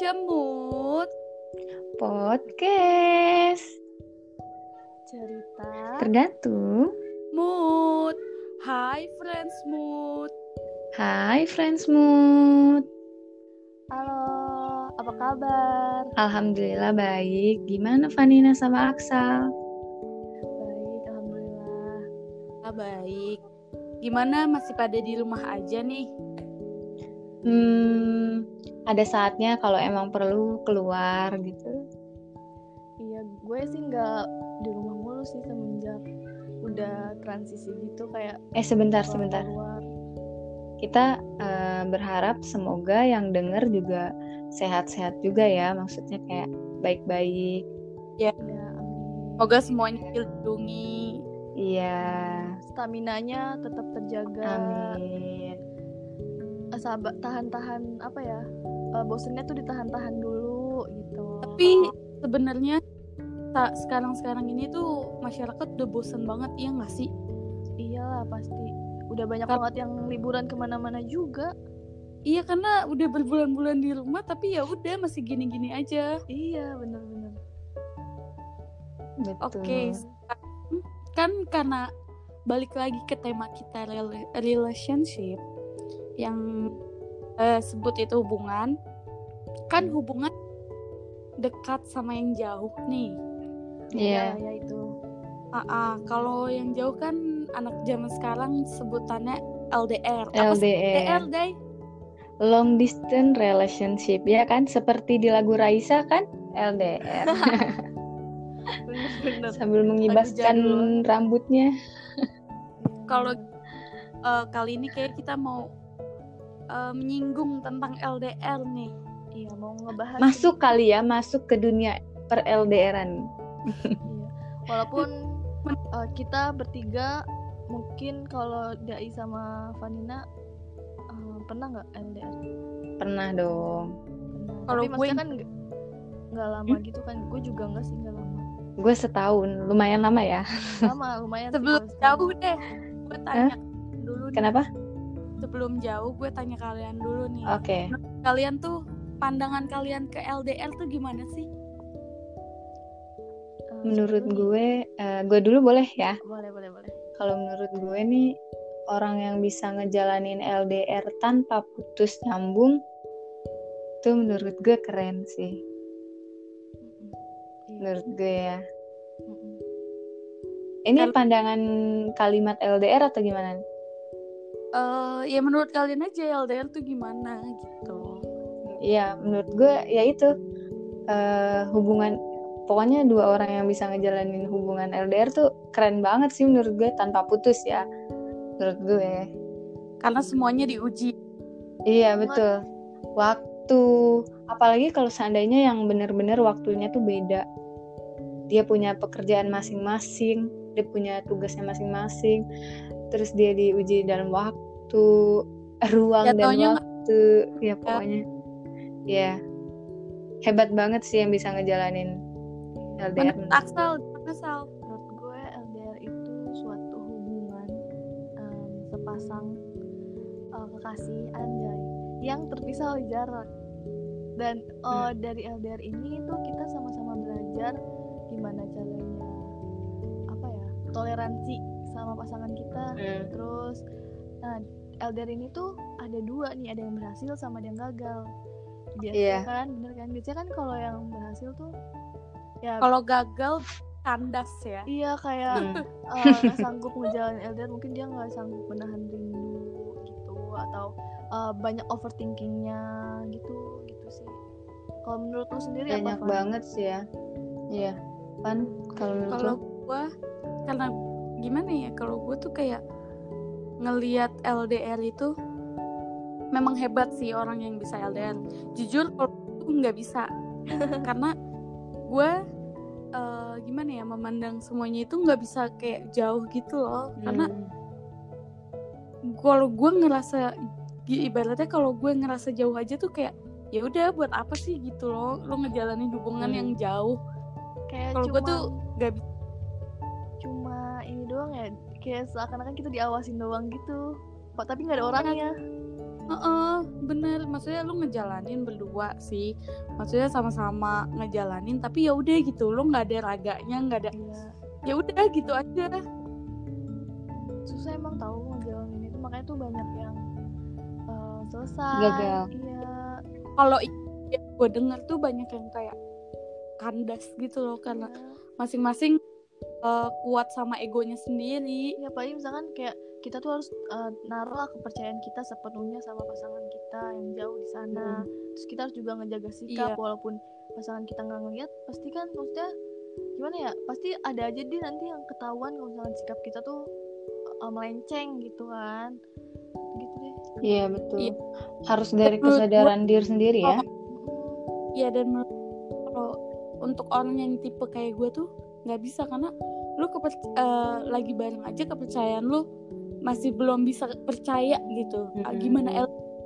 Cemut Podcast cerita tergantung. Mood. Hai friends Mood. Hai friends mood. halo, apa kabar? Alhamdulillah baik. Gimana Vanina sama Aksal? Baik, alhamdulillah. Baik. Gimana, masih pada di rumah aja nih? Ada saatnya kalau emang perlu keluar gitu. Iya, gue sih nggak di rumah mulu sih semenjak udah transisi gitu kayak Sebentar. keluar. Kita berharap semoga yang denger juga sehat-sehat juga ya. Maksudnya kayak baik-baik. Ya, amin. Semoga semuanya dilindungi. Iya. Staminanya tetap terjaga. Amin. Sabar, tahan-tahan apa ya? Bosennya tuh ditahan-tahan dulu gitu. Tapi sebenarnya sekarang ini tuh masyarakat udah bosen banget, iya nggak sih? Iyalah pasti. Udah banyak Kan- banget yang liburan kemana-mana juga. Iya, karena udah berbulan-bulan di rumah tapi ya udah masih gini-gini aja. Iya, benar-benar. Betul. Oke, kan karena balik lagi ke tema kita relationship yang sebut itu hubungan, kan hubungan dekat sama yang jauh nih. Iya. Ya itu. Kalau yang jauh kan anak zaman sekarang sebutannya LDR. Apa sih LDR. LDR, Day? Long distance relationship ya kan, seperti di lagu Raisa kan, LDR. Bener-bener. Sambil mengibaskan Lagu jadul. rambutnya. Kalau kali ini kayak kita mau menyinggung tentang LDR nih. Iya, mau ngebahas Masuk kali ya, masuk ke dunia per LDRan. Iya. Walaupun kita bertiga mungkin kalau Dai sama Vanina pernah nggak LDR? Pernah dong. Pernah. Kalau Tapi gue- maksudnya kan nggak lama gitu kan? Gue juga nggak sih, nggak lama. Gue setahun, lumayan lama ya. Lama, lumayan. sih Sebelum kalau jauh setahun. deh, gue tanya dulu nih. Kenapa? Sebelum jauh gue tanya kalian dulu nih. Oke. Kalian tuh, pandangan kalian ke LDR tuh gimana sih? Menurut dulu nih. gue dulu boleh ya. Boleh. Kalau menurut gue nih, orang yang bisa ngejalanin LDR tanpa putus nyambung, itu menurut gue keren sih. Iya. Menurut gue ya. Mm-mm. Ini Kalau- pandangan kalimat LDR atau gimana? Ya menurut kalian aja LDR tuh gimana gitu. Iya, menurut gue ya itu hubungan, pokoknya dua orang yang bisa ngejalanin hubungan LDR tuh keren banget sih menurut gue, tanpa putus ya. Menurut gue. Karena semuanya diuji. Iya, betul. Waktu, apalagi kalau seandainya yang benar-benar waktunya tuh beda. Dia punya pekerjaan masing-masing, dia punya tugasnya masing-masing. Terus dia diuji dalam waktu, ruang dan Jatuhnya waktu. Ya pokoknya. Ya. Hebat banget sih yang bisa ngejalanin LDR. Menurut Aksal, gimana Sal? Menurut gue LDR itu suatu hubungan sepasang kekasih anjay yang terpisah oleh jarak. Dan dari LDR ini tuh kita sama-sama belajar gimana caranya toleransi sama pasangan kita. Terus LDR ini tuh ada dua nih, ada yang berhasil sama ada yang gagal. Biasanya kan, bener kan? Biasanya kan kalau yang berhasil tuh ya Kalau gagal kandas ya. iya kayak nggak sanggup ngejalanin LDR, mungkin dia nggak sanggup menahan rindu gitu, atau banyak overthinkingnya gitu sih. Kalau menurut lu sendiri banyak apa? banget sih ya. Iya. Pan, kalau menurut Kalau lo? gue, karena gimana ya, kalau gue tuh kayak ngelihat LDR itu memang hebat sih orang yang bisa LDR. Jujur kalau itu nggak bisa. Karena gue gimana ya, memandang semuanya itu nggak bisa kayak jauh gitu loh. Karena kalau gue ngerasa, ibaratnya kalau gue ngerasa jauh aja tuh kayak ya udah buat apa sih gitu loh, lo ngejalanin hubungan yang jauh. Kayak Kalau gue tuh nggak bisa. cuma ini doang ya, kayak seakan-akan kita diawasin doang gitu, tapi nggak ada orangnya. Bener, maksudnya lu ngejalanin berdua sih, maksudnya sama-sama ngejalanin, tapi ya udah gitu, lu nggak ada raganya, nggak ada, Iya. ya udah gitu aja. Susah emang tahu ngejalanin itu, makanya tuh banyak yang selesai. Gagal. Iya. Kalau gue denger tuh banyak yang kayak kandas gitu loh, karena masing-masing kuat sama egonya sendiri. Ya paling misalkan kayak kita tuh harus naruh kepercayaan kita sepenuhnya sama pasangan kita yang jauh di sana. Terus kita harus juga ngejaga sikap, walaupun pasangan kita nggak ngeliat, pasti kan maksudnya gimana ya, pasti ada aja deh nanti yang ketahuan kalau misalkan sikap kita tuh melenceng gitu kan, gitu deh. Iya betul. Iya. Harus dari Menurut kesadaran diri sendiri ya. Iya, dan kalau untuk orang yang tipe kayak gue tuh nggak bisa, karena lu lagi bareng aja kepercayaan lu masih belum bisa percaya gitu. Gimana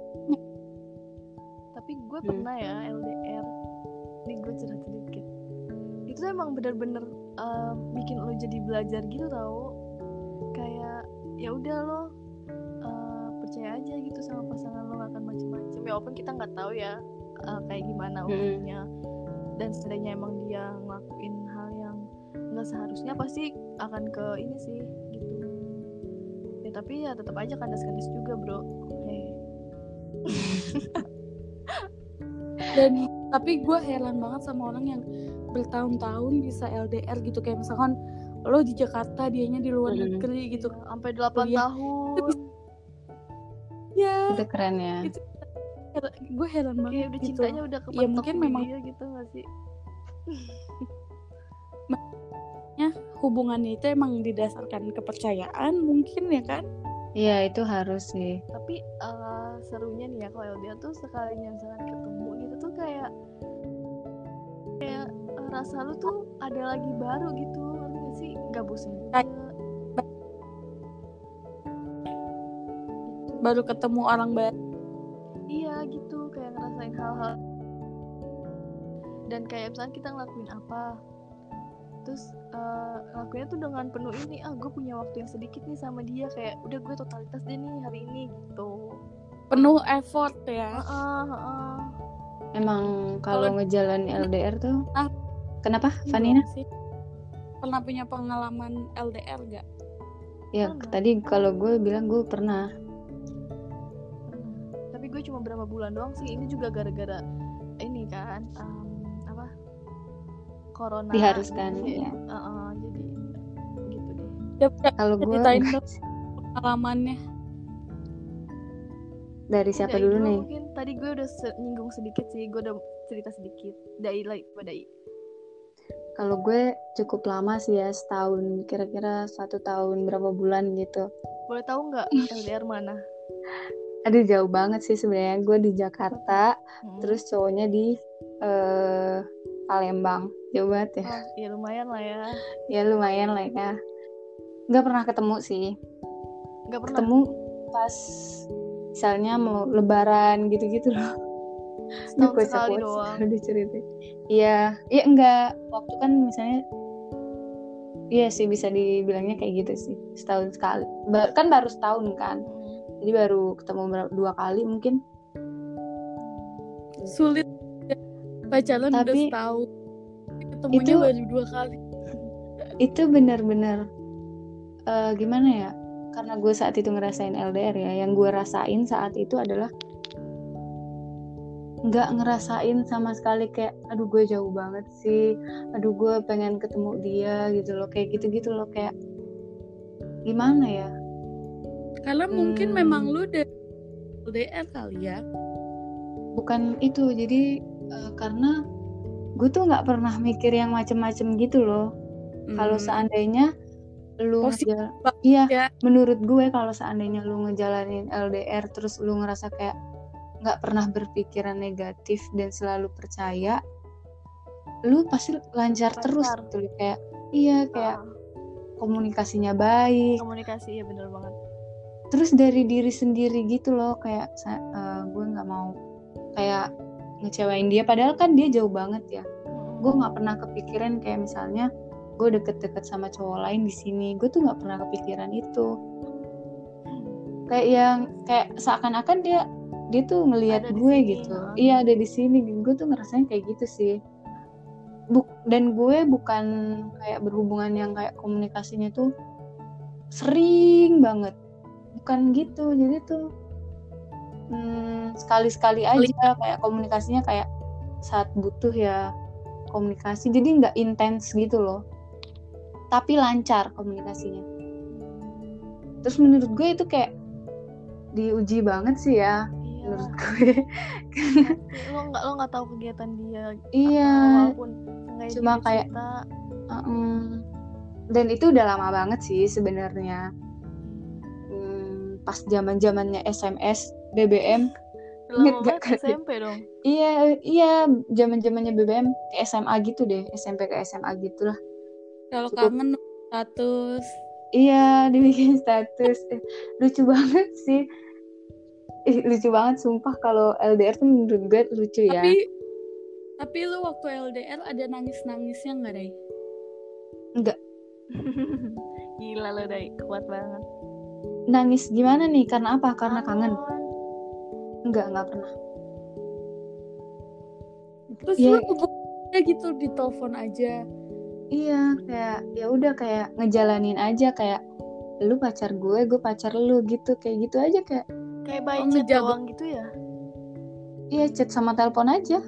Tapi gue pernah ya LDR, ini gue cerita sedikit. Itu emang bener-bener bikin lo jadi belajar gitu tau. Kayak ya udah lo percaya aja gitu sama pasangan lo, gak akan macem-macem. Ya walaupun kita nggak tahu ya kayak gimana hubungannya, dan seandainya emang dia ngelakuin hal yang nggak seharusnya, pasti akan ke ini sih gitu ya. Tapi ya tetap aja kandas-kandas juga bro. Dan tapi gue heran banget sama orang yang bertahun-tahun bisa LDR gitu, kayak misalkan lo di Jakarta, dianya di luar negeri gitu, sampai 8 tahun. Ya Itu keren ya. Gue heran banget. Kayak udah gitu. cintanya udah kepatok Ya mungkin memang dia gitu gak sih? hubungannya itu emang didasarkan kepercayaan mungkin ya kan. Iya itu harus sih. Tapi serunya nih ya kalau LDR tuh sekalinya misalkan ketemu gitu tuh kayak rasa lu tuh ada lagi baru gitu, ngerti gak sih? Gak bosen juga. Baru ketemu orang baru. Iya gitu, kayak ngerasain hal-hal. Dan kayak misalnya kita ngelakuin apa, terus ngelakuinnya tuh dengan penuh ini, gue punya waktu yang sedikit nih sama dia, kayak udah gue totalitas deh nih hari ini gitu. Penuh effort ya. Emang kalau ngejalan LDR tuh kenapa Vanina? Pernah punya pengalaman LDR gak? Ya tadi kalau gue bilang gue pernah. Tapi gue cuma berapa bulan doang sih. Ini juga gara-gara ini kan apa, corona diharuskan jadi, ya. Jadi gitu deh. Kalau gue ceritain dong pengalamannya. Dari siapa dulu nih? Mungkin tadi gue udah nyinggung sedikit sih, gue udah cerita sedikit. Dai. Kalau gue cukup lama sih ya, setahun, kira-kira 1 tahun berapa bulan gitu. Boleh tahu nggak LDR mana? Aduh jauh banget sih sebenarnya. Gue di Jakarta, terus cowoknya di Palembang. Jauh banget ya. Ya lumayan lah ya. Ya lumayan lah ya. Nggak pernah ketemu sih. Nggak pernah. Ketemu pas misalnya mau lebaran gitu-gitu loh. Setahun sekali doang. Diceritain. Iya enggak. Waktu kan misalnya, iya sih bisa dibilangnya kayak gitu sih. Setahun sekali. Kan baru setahun kan. Jadi baru ketemu 2 kali mungkin. Sulit pacaran udah setahun, ketemunya baru 2 kali. Itu benar-benar gimana ya, karena gue saat itu ngerasain LDR ya, yang gue rasain saat itu adalah nggak ngerasain sama sekali kayak aduh gue jauh banget sih, aduh gue pengen ketemu dia gitu loh, kayak gitu-gitu loh, kayak gimana ya, karena mungkin memang lu udah LDR kali ya. Bukan itu, jadi karena gue tuh nggak pernah mikir yang macem-macem gitu loh. Kalau seandainya lu menurut gue kalau seandainya lu ngejalanin LDR terus lu ngerasa kayak nggak pernah berpikiran negatif dan selalu percaya, lu pasti lancar terus gitu, kayak kayak komunikasinya baik. Komunikasi ya bener banget. Terus dari diri sendiri gitu loh, kayak gue nggak mau kayak ngecewain dia, padahal kan dia jauh banget ya. Gue nggak pernah kepikiran kayak misalnya gue deket-deket sama cowok lain di sini, gue tuh nggak pernah kepikiran itu. Kayak yang kayak seakan-akan dia dia tuh ngelihat Ada di gue sini, gitu. heeh. Iya, ada di sini. Gue tuh ngerasain kayak gitu sih. Dan gue bukan kayak berhubungan yang kayak komunikasinya tuh sering banget, bukan gitu. Jadi tuh sekali-sekali aja kayak komunikasinya, kayak saat butuh ya komunikasi, jadi nggak intens gitu loh, tapi lancar komunikasinya. Terus menurut gue itu kayak diuji banget sih ya, Iya. menurut gue. Pasti lo nggak tahu kegiatan dia Iya, apa, walaupun nggak cuma dia kayak cerita. dan itu udah lama banget sih sebenarnya. Pas zaman-zamannya SMS, BBM. Ingat Lama gak banget kalian? SMP dong. Iya, zaman-zamannya BBM ke SMA gitu deh, SMP ke SMA gitu lah. Kalau Cukup. kangen status. Iya, dibikin status. Lucu banget sih. Lucu banget sumpah, kalau LDR tuh menurut gue lucu ya. Tapi lu waktu LDR ada nangis-nangisnya nggak, Day? Enggak. Gila lo, Dai, kuat banget. Nangis gimana nih? Karena apa? Karena kangen? Enggak pernah. Terus Ya, lu hubungannya gitu di telepon aja. iya, kayak ya udah kayak ngejalanin aja, kayak lu pacar gue pacar lu gitu, kayak gitu aja, kayak by chat doang gitu ya. Iya, chat sama telepon aja.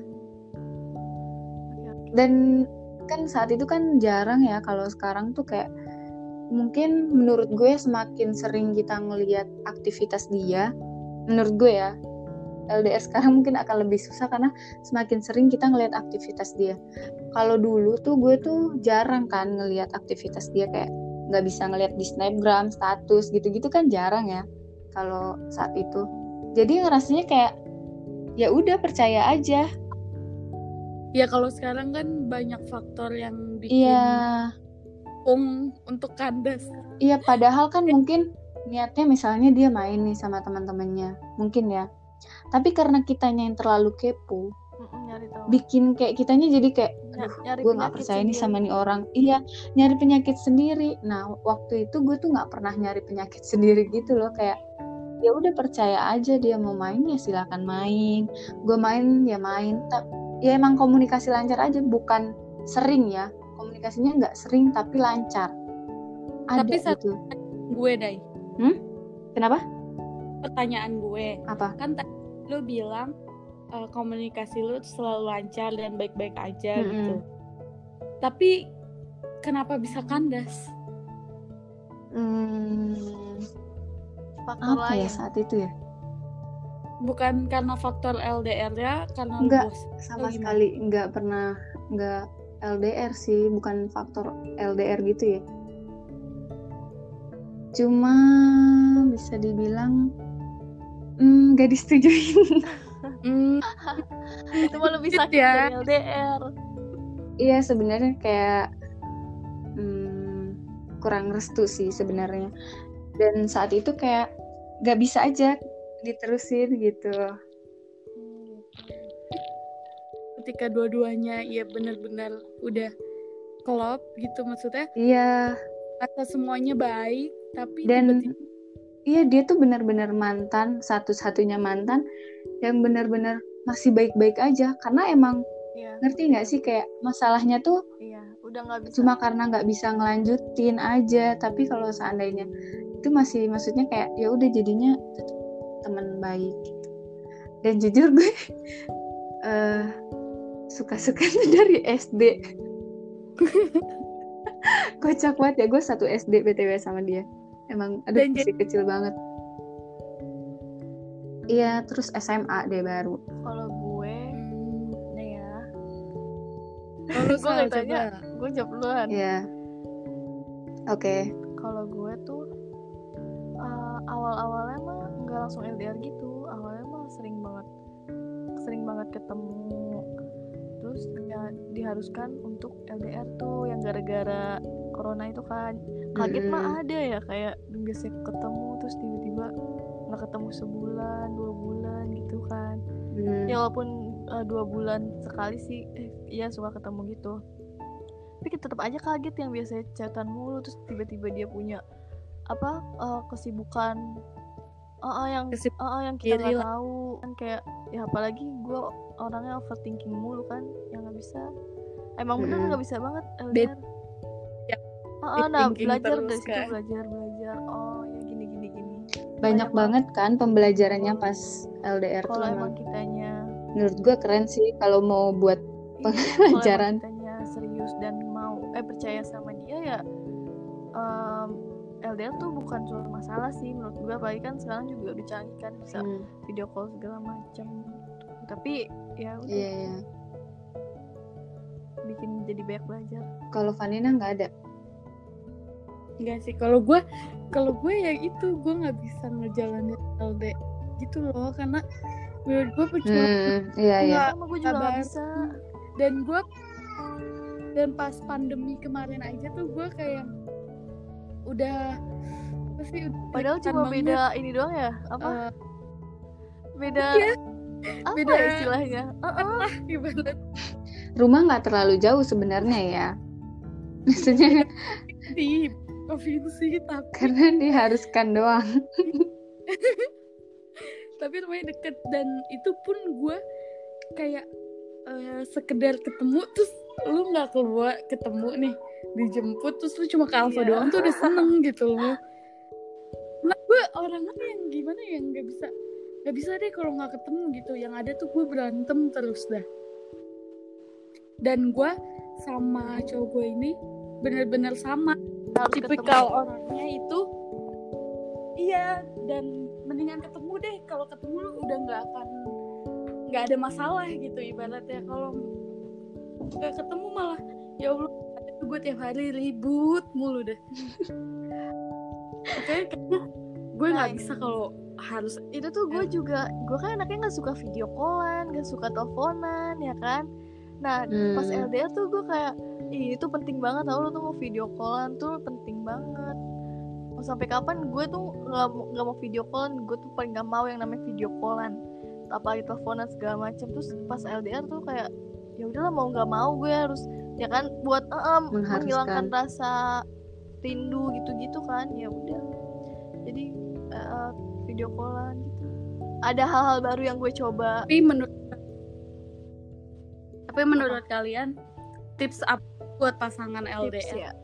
Dan kan saat itu kan jarang ya, kalau sekarang tuh kayak mungkin menurut gue semakin sering kita ngelihat aktivitas dia, menurut gue ya, LDR sekarang mungkin akan lebih susah karena semakin sering kita ngelihat aktivitas dia. Kalau dulu tuh gue tuh jarang kan ngelihat aktivitas dia, kayak nggak bisa ngelihat di Snapgram, status gitu-gitu kan jarang ya kalau saat itu. Jadi ngerasanya kayak ya udah percaya aja. Ya kalau sekarang kan banyak faktor yang bikin Iya. Untuk kandas. Iya, padahal kan mungkin niatnya misalnya dia main nih sama teman-temannya, mungkin ya. Tapi karena kitanya yang terlalu kepo, bikin kayak kitanya jadi kayak, aduh, gue nggak percaya nih sama nih orang. Iya, nyari penyakit sendiri. Nah, waktu itu gue tuh nggak pernah nyari penyakit sendiri gitu loh, kayak ya udah percaya aja, dia mau main ya silakan main, gue main ya main. Ya emang komunikasi lancar aja, bukan sering ya. Komunikasinya nggak sering tapi lancar. Tapi Ada gitu. Gue, Day. Kenapa? Pertanyaan gue. Apa? Kan lu bilang komunikasi lu selalu lancar dan baik-baik aja gitu. Tapi kenapa bisa kandas? Faktor apa lain ya saat itu ya? Bukan karena faktor LDR ya, karena enggak, bos. sama sekali enggak pernah, enggak LDR sih, bukan faktor LDR gitu ya. Cuma bisa dibilang enggak disetujuin. Itu malah lebih sakit dari LDR. Iya, sebenarnya kayak kurang restu sih sebenarnya. Dan saat itu kayak enggak bisa aja diterusin gitu. Ketika dua-duanya ya benar-benar udah klop gitu, maksudnya. Iya. Rasa semuanya baik, tapi dan tiba-tiba iya, dia tuh benar-benar mantan, satu-satunya mantan yang benar-benar masih baik-baik aja, karena emang ngerti nggak sih, kayak masalahnya tuh udah nggak bisa, cuma karena nggak bisa ngelanjutin aja. Tapi kalau seandainya itu masih, maksudnya kayak ya udah jadinya teman baik gitu. Dan jujur gue suka-suka dari SD. Kocak banget ya, gue satu SD BTW sama dia. Emang masih kecil banget. Iya, terus SMA deh baru. Kalau gue nih ya, gue nggak tanya, gue jawab duluan. Iya. Oke. Kalau gue tuh awal-awalnya mah nggak langsung LDR gitu. Awalnya mah sering banget ketemu. Terus ya diharuskan untuk LDR tuh yang gara-gara corona itu kan. Kaget mah ada ya, kayak biasa ketemu terus tiba-tiba nggak ketemu sebulan 2 bulan gitu kan. Ya walaupun 2 bulan sekali sih ya suka ketemu gitu, tapi tetap aja kaget yang biasanya chatan mulu terus tiba-tiba dia punya kesibukan yang kita diri nggak lah. tahu kan, kayak ya apalagi gue orangnya overthinking mulu kan, yang nggak bisa, emang bener nggak bisa banget LDR. Nah Thinking belajar terus dari situ, kan. belajar oh ya gini. Banyak banget kan pembelajarannya pas LDR tuh. Kalau emang kitanya, menurut gue keren sih kalau mau buat kalau pembelajaran. emang kitanya serius dan mau percaya sama dia ya, LDR tuh bukan suatu masalah sih menurut gue, apalagi kan sekarang juga udah canggih kan, bisa video call segala macam. Tapi ya udah, Iya. bikin jadi banyak belajar. Kalau Vanina nggak ada? Enggak sih, kalau gue ya itu gue nggak bisa ngejalanin LD gitu loh, karena menurut gue percuma. Iya. Sama gue juga nggak bisa. Dan pas pandemi kemarin aja tuh gue kayak udah apa sih, padahal cuma beda ini doang ya, apa beda beda ya istilahnya, ibarat Rumah nggak terlalu jauh sebenarnya ya, maksudnya di provinsi tapi karena diharuskan doang. tapi rumahnya deket, dan itu pun gue kayak sekedar ketemu, terus lu nggak keluar ketemu nih, dijemput terus lu cuma ke Alfa doang tuh udah seneng gitu loh. Nah gue orangnya yang gimana ya, nggak bisa deh kalau nggak ketemu gitu, yang ada tuh gue berantem terus dah. Dan gue sama cowok gue ini bener-bener sama, tipikal orangnya itu iya, dan mendingan ketemu deh, kalau ketemu lu udah nggak ada masalah gitu ibaratnya. Kalau nggak ketemu malah ya Allah, gue tiap hari ribut mulu deh. Oke, gue nggak bisa kalau harus itu tuh. Gue kan anaknya nggak suka video callan, nggak suka teleponan ya kan. Nah pas LDR tuh gue kayak itu penting banget tau, lu tuh mau video callan tuh penting banget. Mau sampai kapan gue tuh nggak mau video callan, gue tuh paling nggak mau yang namanya video callan, apalagi teleponan segala macam. Terus pas LDR tuh kayak ya udahlah, mau nggak mau gue harus ya kan, buat menghilangkan rasa rindu gitu kan. Ya udah, jadi video callan gitu. Ada hal-hal baru yang gue coba. Tapi menurut kalian tips apa buat pasangan LDR? Tips ya.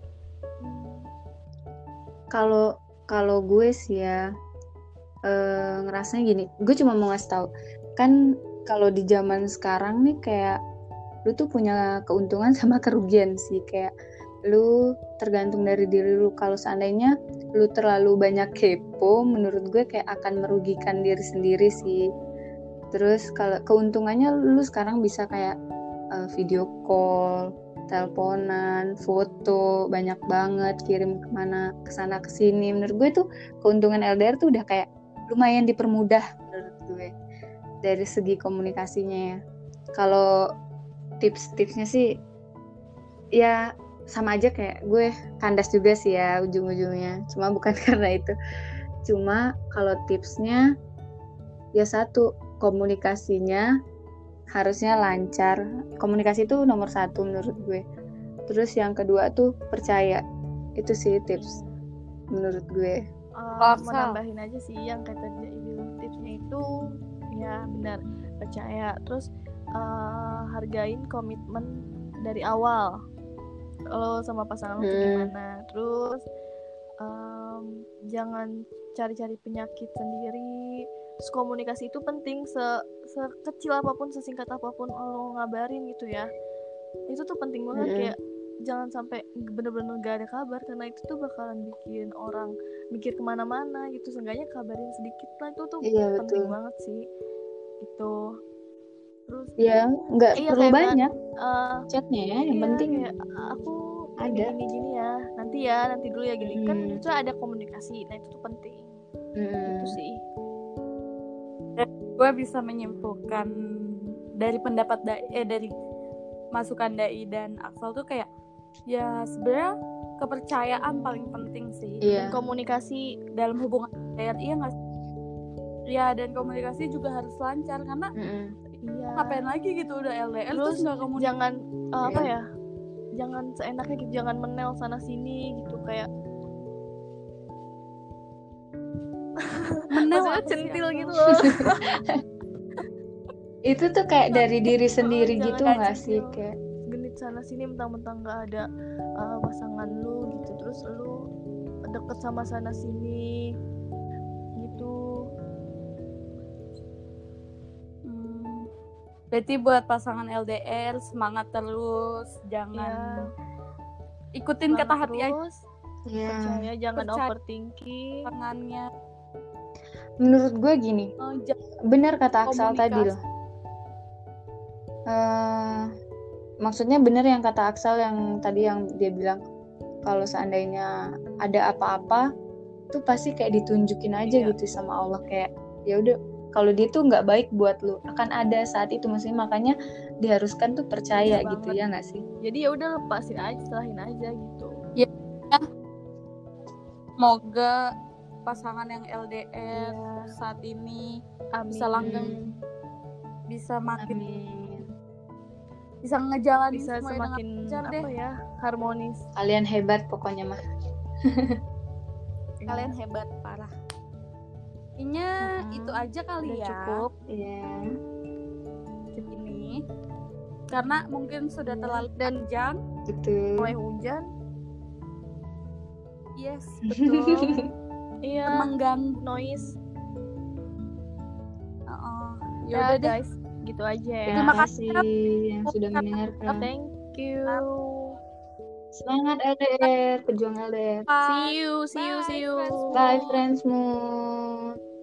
Kalau gue sih ya ngerasanya gini, gue cuma mau ngasih tahu kan, kalau di zaman sekarang nih kayak lu tuh punya keuntungan sama kerugian sih. Kayak lu tergantung dari diri lu. Kalau seandainya lu terlalu banyak kepo, menurut gue kayak akan merugikan diri sendiri sih. Terus kalau keuntungannya lu sekarang bisa kayak video call, teleponan, foto, banyak banget, kirim kemana, kesana kesini. Menurut gue tuh keuntungan LDR tuh udah kayak lumayan dipermudah menurut gue dari segi komunikasinya ya. Kalau tips-tipsnya sih ya sama aja kayak gue, kandas juga sih ya ujung-ujungnya. Cuma bukan karena itu. Cuma kalau tipsnya ya satu, komunikasinya harusnya lancar. Komunikasi itu nomor 1 menurut gue. Terus yang kedua tuh percaya. Itu sih tips menurut gue. Mau nambahin aja sih yang kata dia bilang, tipsnya itu ya benar, percaya. Terus hargain komitmen dari awal lo sama pasangan lo gimana. Terus jangan cari-cari penyakit sendiri. Terus komunikasi itu penting, sekecil apapun, sesingkat apapun lo ngabarin gitu ya. Itu tuh penting banget. Kayak jangan sampai bener-bener gak ada kabar, karena itu tuh bakalan bikin orang mikir kemana-mana gitu. Seenggaknya kabarin sedikit lah, itu tuh penting banget sih gitu. Terus ya nggak perlu banyak chatnya ya, yang penting kayak aku ada gini ya, nanti dulu ya gini. Kan itu ada komunikasi, nah itu tuh penting. Itu sih. Gue bisa menyimpulkan dari pendapat dari masukan Dai dan Aksal tuh kayak ya sebenarnya kepercayaan paling penting sih. Dan komunikasi dalam hubungan LDR, iya nggak? Ya, dan komunikasi juga harus lancar, karena ngapain lagi gitu udah LDR terus nggak komunikasi. Jangan jangan seenaknya gitu, jangan menel sana sini gitu, kayak Soalnya Kenapa sih centil aku? gitu loh. Itu tuh kayak dari diri sendiri Jangan gitu kayak nggak sih, centil. kayak Genit sana sini mentang-mentang nggak ada pasangan lu gitu, terus lu deket sama sana sini gitu. Berarti buat pasangan LDR semangat terus, jangan ikutin kata Semangat hati aja terus, ya. percaya, jangan Percaya. overthinking. pasangannya. Menurut gue gini, benar kata Aksal tadi loh. Maksudnya benar yang kata Aksal yang tadi yang dia bilang kalau seandainya ada apa-apa tuh pasti kayak ditunjukin aja Iya. gitu sama Allah, kayak ya udah kalau dia tuh nggak baik buat lu akan ada saat itu, maksudnya makanya diharuskan tuh percaya Iya gitu banget. ya nggak sih? Jadi ya udah lepasin aja, serahin aja gitu. Semoga pasangan yang LDR Iya. saat ini Amin. bisa langgeng, bisa makin Amin. bisa ngejalanin Bisa semuanya semakin dengan lancar deh. apa ya, harmonis. Kalian hebat pokoknya mah. Kalian hebat parah. Intinya itu aja kali Udah ya. cukup Iya. Ini karena mungkin sudah terlalu panjang. Betul. mulai hujan. Yes, betul. Iya, Mengganggu. noise. Ya Ya udah deh. guys, gitu aja ya. Terima Terima kasih yang sudah mendengarkan. Thank you. Semangat LDR, pejuang LDR. See you. Bye, friends. Bye friends mood.